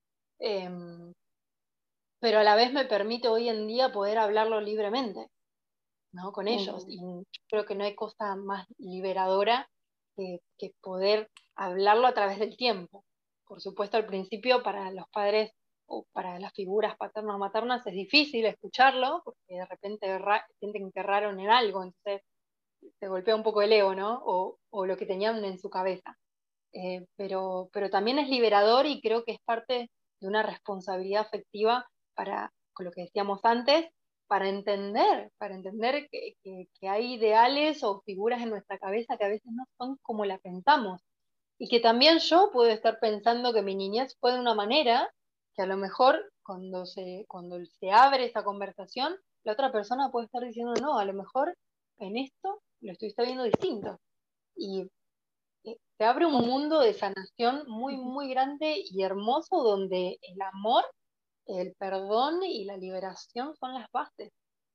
Em, pero a la vez me permite hoy en día poder hablarlo libremente, ¿no? Con ellos. Ujú. Y yo creo que no hay cosa más liberadora que poder hablarlo a través del tiempo. Por supuesto, al principio para los padres o para las figuras paternas o maternas es difícil escucharlo, porque de repente sienten que erraron en algo, entonces se golpea un poco el ego, ¿no? O lo que tenían en su cabeza. Pero también es liberador y creo que es parte de una responsabilidad afectiva con lo que decíamos antes, para entender que hay ideales o figuras en nuestra cabeza que a veces no son como la pensamos. Y que también yo puedo estar pensando que mi niñez fue de una manera que a lo mejor cuando se abre esa conversación, la otra persona puede estar diciendo, no, a lo mejor en esto lo estuviste viendo distinto. Y te abre un mundo de sanación muy, muy grande y hermoso donde el amor, el perdón y la liberación son las bases.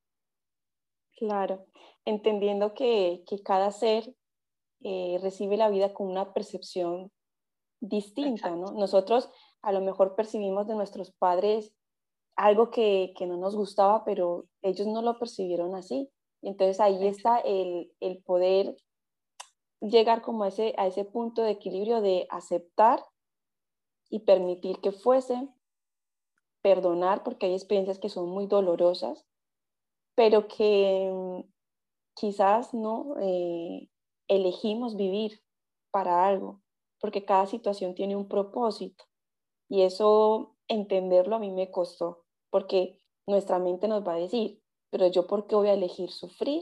Claro, entendiendo que cada ser recibe la vida con una percepción distinta, Exacto. ¿no? Nosotros a lo mejor percibimos de nuestros padres algo que no nos gustaba, pero ellos no lo percibieron así. Entonces ahí está Exacto. el poder llegar como a ese punto de equilibrio de aceptar y permitir que fuese, perdonar, porque hay experiencias que son muy dolorosas, pero que quizás no elegimos vivir para algo, porque cada situación tiene un propósito. Y eso entenderlo a mí me costó, porque nuestra mente nos va a decir, pero yo ¿por qué voy a elegir sufrir?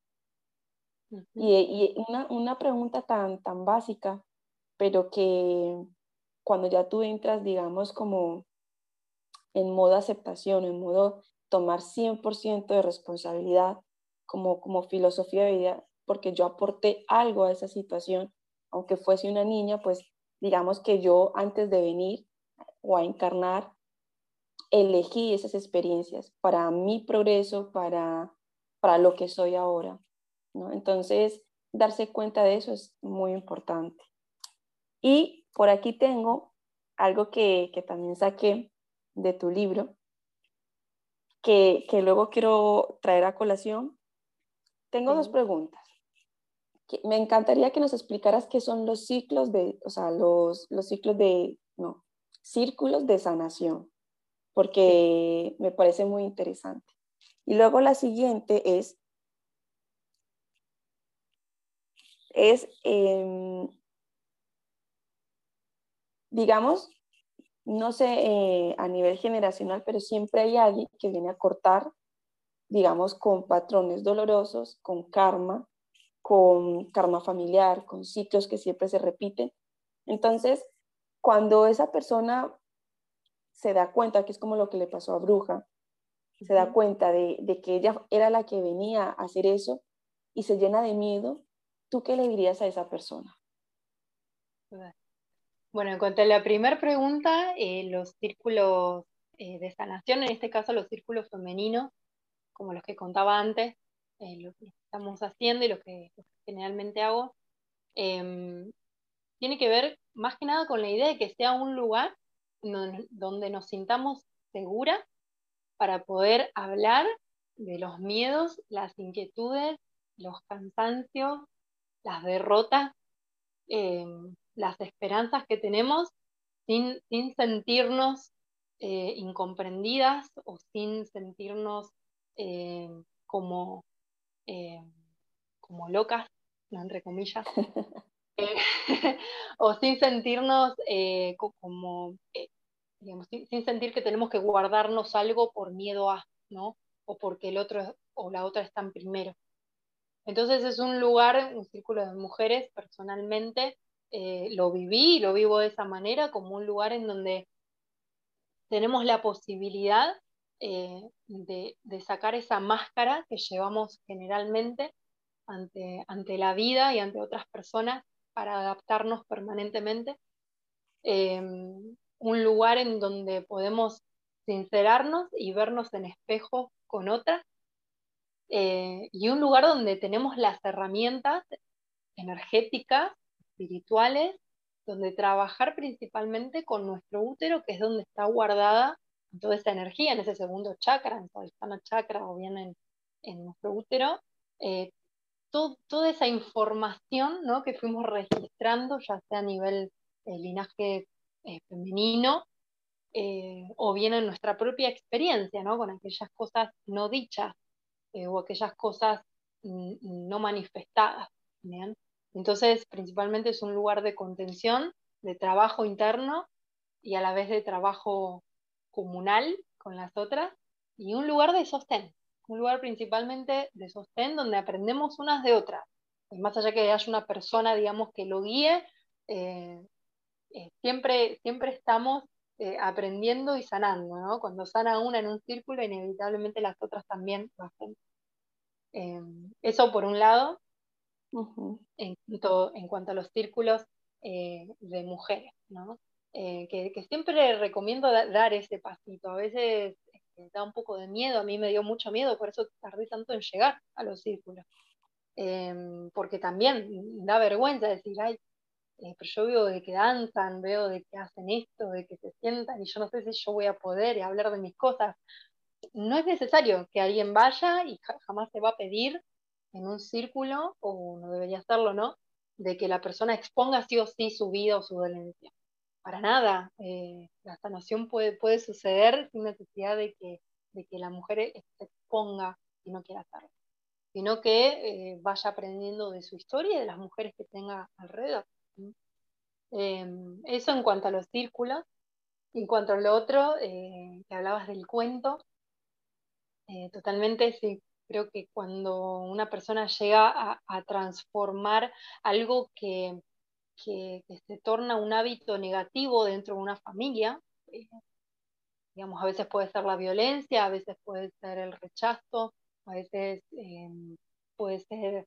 Y una pregunta tan básica, pero que cuando ya tú entras, digamos, como en modo aceptación, en modo tomar 100% de responsabilidad como filosofía de vida, porque yo aporté algo a esa situación, aunque fuese una niña, pues digamos que yo antes de venir o a encarnar, elegí esas experiencias para mi progreso, para lo que soy ahora, ¿no? Entonces, darse cuenta de eso es muy importante. Y por aquí tengo algo que también saqué de tu libro, que luego quiero traer a colación. Tengo dos Sí. preguntas. Me encantaría que nos explicaras qué son los ciclos o sea, los ciclos no, círculos de sanación, Sí. porque me parece muy interesante. Y luego la siguiente es digamos, no sé, a nivel generacional, pero siempre hay alguien que viene a cortar, digamos, con patrones dolorosos, con karma familiar, con ciclos que siempre se repiten. Entonces, cuando esa persona se da cuenta, que es como lo que le pasó a Bruja, se da cuenta de que ella era la que venía a hacer eso y se llena de miedo, ¿tú qué le dirías a esa persona? Bueno, en cuanto a la primera pregunta, los círculos de sanación, en este caso los círculos femeninos, como los que contaba antes, lo que estamos haciendo y lo que generalmente hago, eh, tiene que ver más que nada con la idea de que sea un lugar donde nos sintamos seguras para poder hablar de los miedos, las inquietudes, los cansancios, las derrotas, eh, las esperanzas que tenemos sin sentirnos incomprendidas o sin sentirnos eh, como, eh, como locas, ¿no? Entre comillas, eh, o sin sentirnos como, digamos, sin sentir que tenemos que guardarnos algo por miedo a, ¿no? O porque el otro o la otra están primero. Entonces es un lugar, un círculo de mujeres, personalmente, lo viví y lo vivo de esa manera, como un lugar en donde tenemos la posibilidad de sacar esa máscara que llevamos generalmente ante la vida y ante otras personas para adaptarnos permanentemente. Un lugar en donde podemos sincerarnos y vernos en espejo con otras, y un lugar donde tenemos las herramientas energéticas, espirituales, donde trabajar principalmente con nuestro útero, que es donde está guardada toda esa energía, en ese segundo chakra, en Svadhisthana chakra o bien en nuestro útero, eh, toda esa información, ¿no? Que fuimos registrando, ya sea a nivel linaje femenino, o bien en nuestra propia experiencia, ¿no? Con aquellas cosas no dichas, o aquellas cosas no manifestadas. ¿Bien? Entonces, principalmente es un lugar de contención, de trabajo interno y a la vez de trabajo comunal con las otras, y un lugar de sostén, un lugar principalmente de sostén donde aprendemos unas de otras. Y más allá que haya una persona, digamos, que lo guíe, eh, siempre estamos aprendiendo y sanando, ¿no? Cuando sana una en un círculo, inevitablemente las otras también lo hacen. Eso por un lado, en cuanto a los círculos de mujeres, ¿no? Que siempre recomiendo dar ese pasito. A veces da un poco de miedo, a mí me dio mucho miedo, por eso tardé tanto en llegar a los círculos. Porque también da vergüenza decir, ay, pero yo veo de que danzan, veo de que hacen esto, de que se sientan, y yo no sé si yo voy a poder hablar de mis cosas. No es necesario que alguien vaya y jamás se va a pedir en un círculo, o no debería hacerlo, ¿no? De que la persona exponga sí o sí su vida o su dolencia. Para nada. La sanación puede suceder sin necesidad de que la mujer se exponga si no quiere hacerlo, sino que vaya aprendiendo de su historia y de las mujeres que tenga alrededor. Eso en cuanto a los círculos. En cuanto a lo otro, que hablabas del cuento, Totalmente, sí. Creo que cuando una persona llega a transformar algo que se torna un hábito negativo dentro de una familia, eh, digamos, a veces puede ser la violencia, a veces puede ser el rechazo, a veces puede ser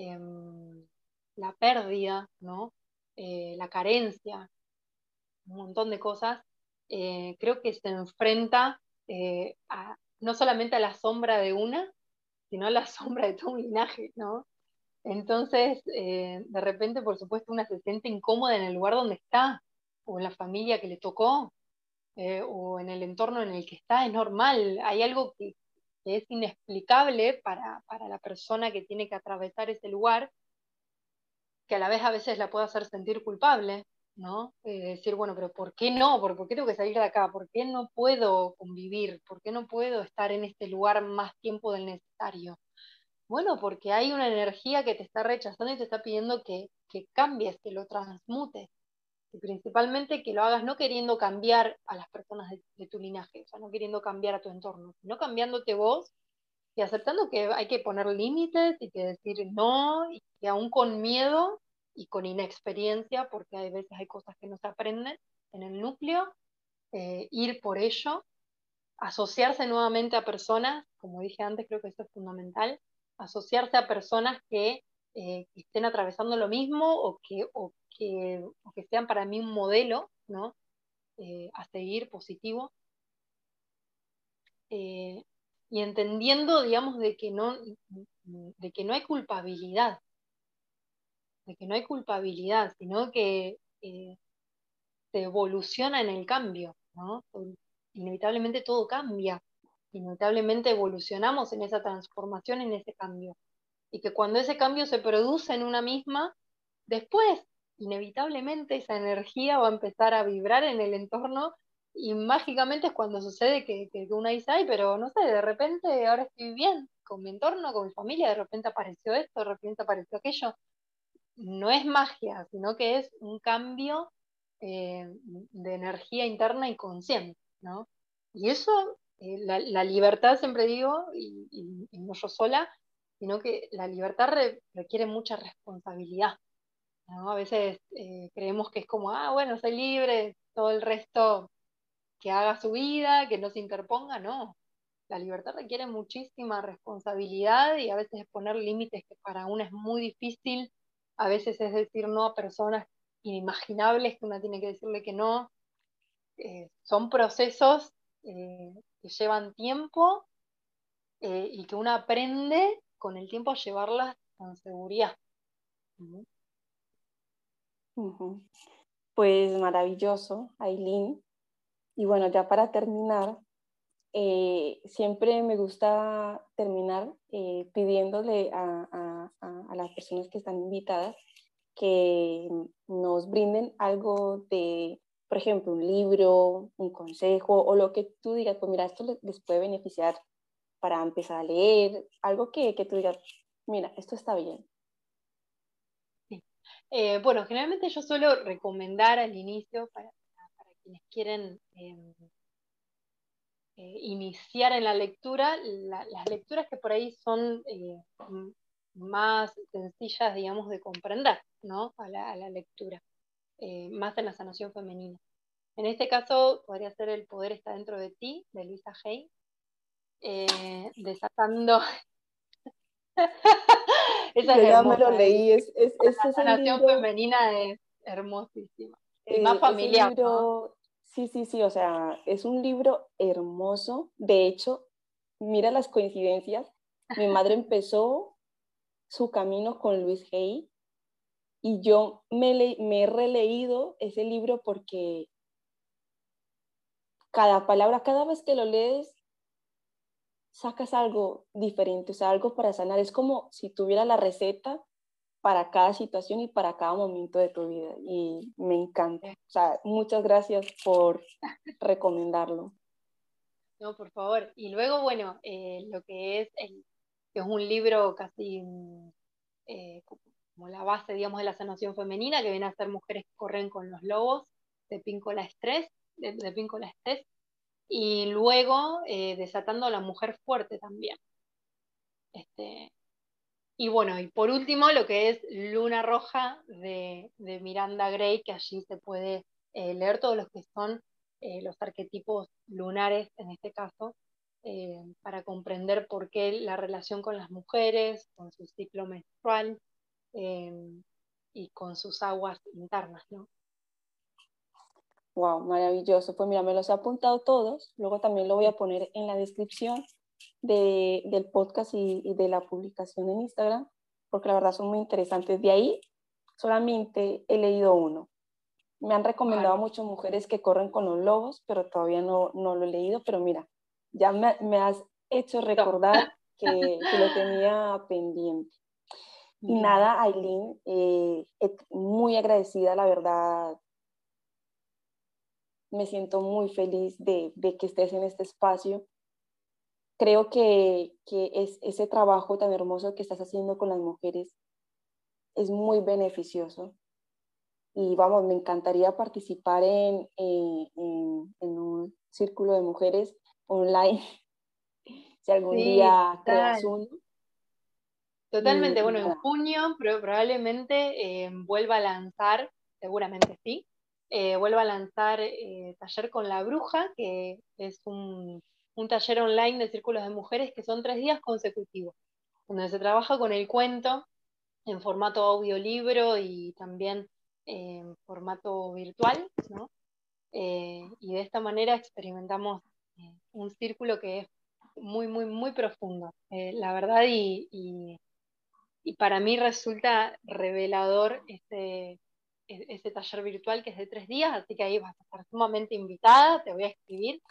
la pérdida, ¿no? La carencia, un montón de cosas. Creo que se enfrenta no solamente a la sombra de una, sino a la sombra de todo un linaje, ¿no? Entonces, de repente, por supuesto, una se siente incómoda en el lugar donde está, o en la familia que le tocó, o en el entorno en el que está, es normal. Hay algo que es inexplicable para la persona que tiene que atravesar ese lugar, que a la vez a veces la puede hacer sentir culpable, ¿no? Decir, bueno, pero ¿por qué no? ¿Por qué tengo que salir de acá? ¿Por qué no puedo convivir? ¿Por qué no puedo estar en este lugar más tiempo del necesario? Bueno, porque hay una energía que te está rechazando y te está pidiendo que cambies, que lo transmutes. Y principalmente que lo hagas no queriendo cambiar a las personas de tu linaje, o sea, no queriendo cambiar a tu entorno, sino cambiándote vos y aceptando que hay que poner límites y que decir no, y que aún con miedo y con inexperiencia, porque hay veces hay cosas que no se aprenden en el núcleo, ir por ello, asociarse nuevamente a personas, como dije antes, creo que eso es fundamental, asociarse a personas que estén atravesando lo mismo o que sean para mí un modelo, ¿no? A seguir positivo, eh, y entendiendo, digamos, de que no hay culpabilidad, de que no hay culpabilidad, sino que se evoluciona en el cambio, ¿no? Inevitablemente todo cambia, inevitablemente evolucionamos en esa transformación, en ese cambio, y que cuando ese cambio se produce en una misma, después, inevitablemente, esa energía va a empezar a vibrar en el entorno y mágicamente es cuando sucede que una dice, ay, pero no sé, de repente ahora estoy bien con mi entorno, con mi familia, de repente apareció esto, de repente apareció aquello. No es magia, sino que es un cambio de energía interna y consciente, ¿no? Y eso, la libertad, siempre digo, y no yo sola, sino que la libertad requiere mucha responsabilidad, ¿no? A veces creemos que es como, ah, bueno, soy libre, todo el resto que haga su vida, que no se interponga, no. La libertad requiere muchísima responsabilidad y a veces es poner límites que para uno es muy difícil, a veces es decir no a personas inimaginables que uno tiene que decirle que no. Son procesos que llevan tiempo y que uno aprende con el tiempo a llevarlas con seguridad. Ujú. Ujú. Pues maravilloso, Aileen. Y bueno, ya para terminar, siempre me gusta terminar pidiéndole a las personas que están invitadas que nos brinden algo de, por ejemplo, un libro, un consejo o lo que tú digas, pues mira, esto les puede beneficiar para empezar a leer, algo que tú digas, mira, esto está bien. Sí. Bueno, generalmente yo suelo recomendar al inicio para quienes quieren iniciar en la lectura, las lecturas que por ahí son más sencillas, digamos, de comprender, ¿no? A la lectura, más en la sanación femenina. En este caso podría ser El poder está dentro de ti, de Luisa Hay, desatando. Esa Yo es ya me lo hermosa, leí, ese la es el sanación libro, femenina es hermosísima y más ese familiar, ¿no? libro, sí, sí, sí, o sea, es un libro hermoso. De hecho, mira las coincidencias. Mi madre empezó su camino con Luis Hay y yo me he releído ese libro porque cada palabra, cada vez que lo lees, sacas algo diferente, o sea, algo para sanar. Es como si tuviera la receta para cada situación y para cada momento de tu vida. Y me encanta. O sea, muchas gracias por recomendarlo. No, por favor. Y luego, bueno, lo que es un libro casi como la base, digamos, de la sanación femenina, que viene a ser Mujeres que corren con los lobos, de Píncola Estrés, de Píncola Estés. y luego desatando a la mujer fuerte también. Y bueno, y por último lo que es Luna Roja de Miranda Gray, que allí se puede leer todos los que son los arquetipos lunares en este caso, para comprender por qué la relación con las mujeres, con su ciclo menstrual y con sus aguas internas, ¿no? Wow, maravilloso. Pues mira, me los he apuntado todos. Luego también lo voy a poner en la descripción del podcast y de la publicación en Instagram, porque la verdad son muy interesantes. De ahí solamente he leído uno. Me han recomendado mucho mujeres que corren con los lobos, pero todavía no lo he leído. Pero mira, ya me has hecho recordar que lo tenía pendiente. Y nada, Aylin, muy agradecida, la verdad. Me siento muy feliz de que estés en este espacio. Creo que ese trabajo tan hermoso que estás haciendo con las mujeres es muy beneficioso. Y vamos, me encantaría participar en un círculo de mujeres online, si algún día creas uno. Totalmente, bueno, en junio probablemente vuelva a lanzar, seguramente sí, vuelva a lanzar Taller con la Bruja, que es un taller online de círculos de mujeres que son 3 días consecutivos, donde se trabaja con el cuento en formato audiolibro y también en formato virtual, ¿no? Y de esta manera experimentamos un círculo que es muy, muy, muy profundo, la verdad, y para mí resulta revelador ese taller virtual que es de 3 días, así que ahí vas a estar sumamente invitada, te voy a escribir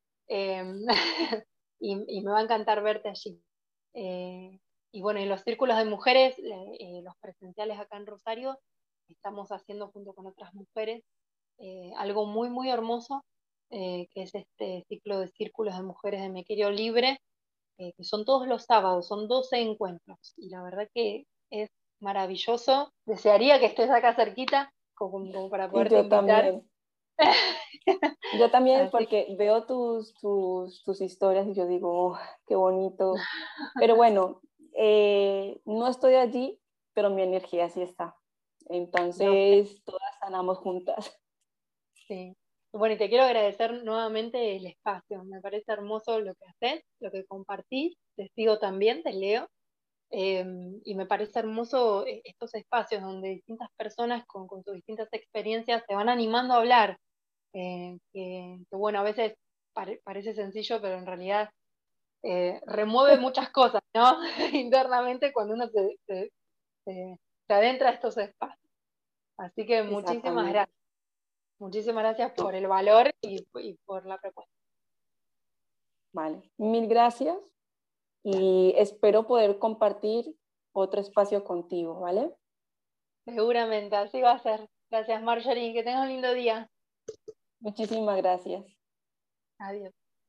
y me va a encantar verte allí. Y bueno, en los círculos de mujeres, los presenciales acá en Rosario, estamos haciendo junto con otras mujeres algo muy, muy hermoso, que es este ciclo de círculos de mujeres de Me Quiero Libre, que son todos los sábados, son 12 encuentros, y la verdad que es maravilloso. Desearía que estés acá cerquita, como para poderte invitar. Yo también, porque veo tus historias y yo digo, oh, qué bonito. Pero bueno, no estoy allí, pero mi energía sí está. Entonces, todas sanamos juntas. Sí. Bueno, y te quiero agradecer nuevamente el espacio. Me parece hermoso lo que haces, lo que compartís. Te sigo también, te leo. Y me parece hermoso estos espacios donde distintas personas con sus distintas experiencias se van animando a hablar. Que bueno, a veces parece sencillo, pero en realidad remueve muchas cosas, ¿no? Internamente cuando uno se adentra a estos espacios. Así que muchísimas gracias. Muchísimas gracias por el valor y por la propuesta. Vale, mil gracias y espero poder compartir otro espacio contigo, ¿vale? Seguramente, así va a ser. Gracias, Marjorie, que tengas un lindo día. Muchísimas gracias. Adiós.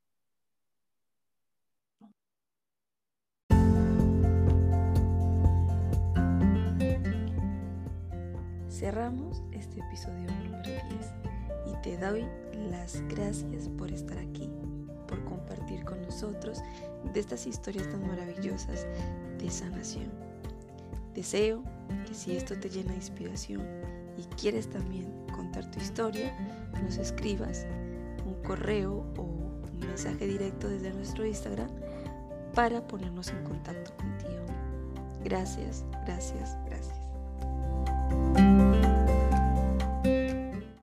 Cerramos este episodio número 10 y te doy las gracias por estar aquí, por compartir con nosotros de estas historias tan maravillosas de sanación. Deseo que si esto te llena de inspiración y quieres también contar tu historia, nos escribas un correo o un mensaje directo desde nuestro Instagram para ponernos en contacto contigo. Gracias, gracias, gracias.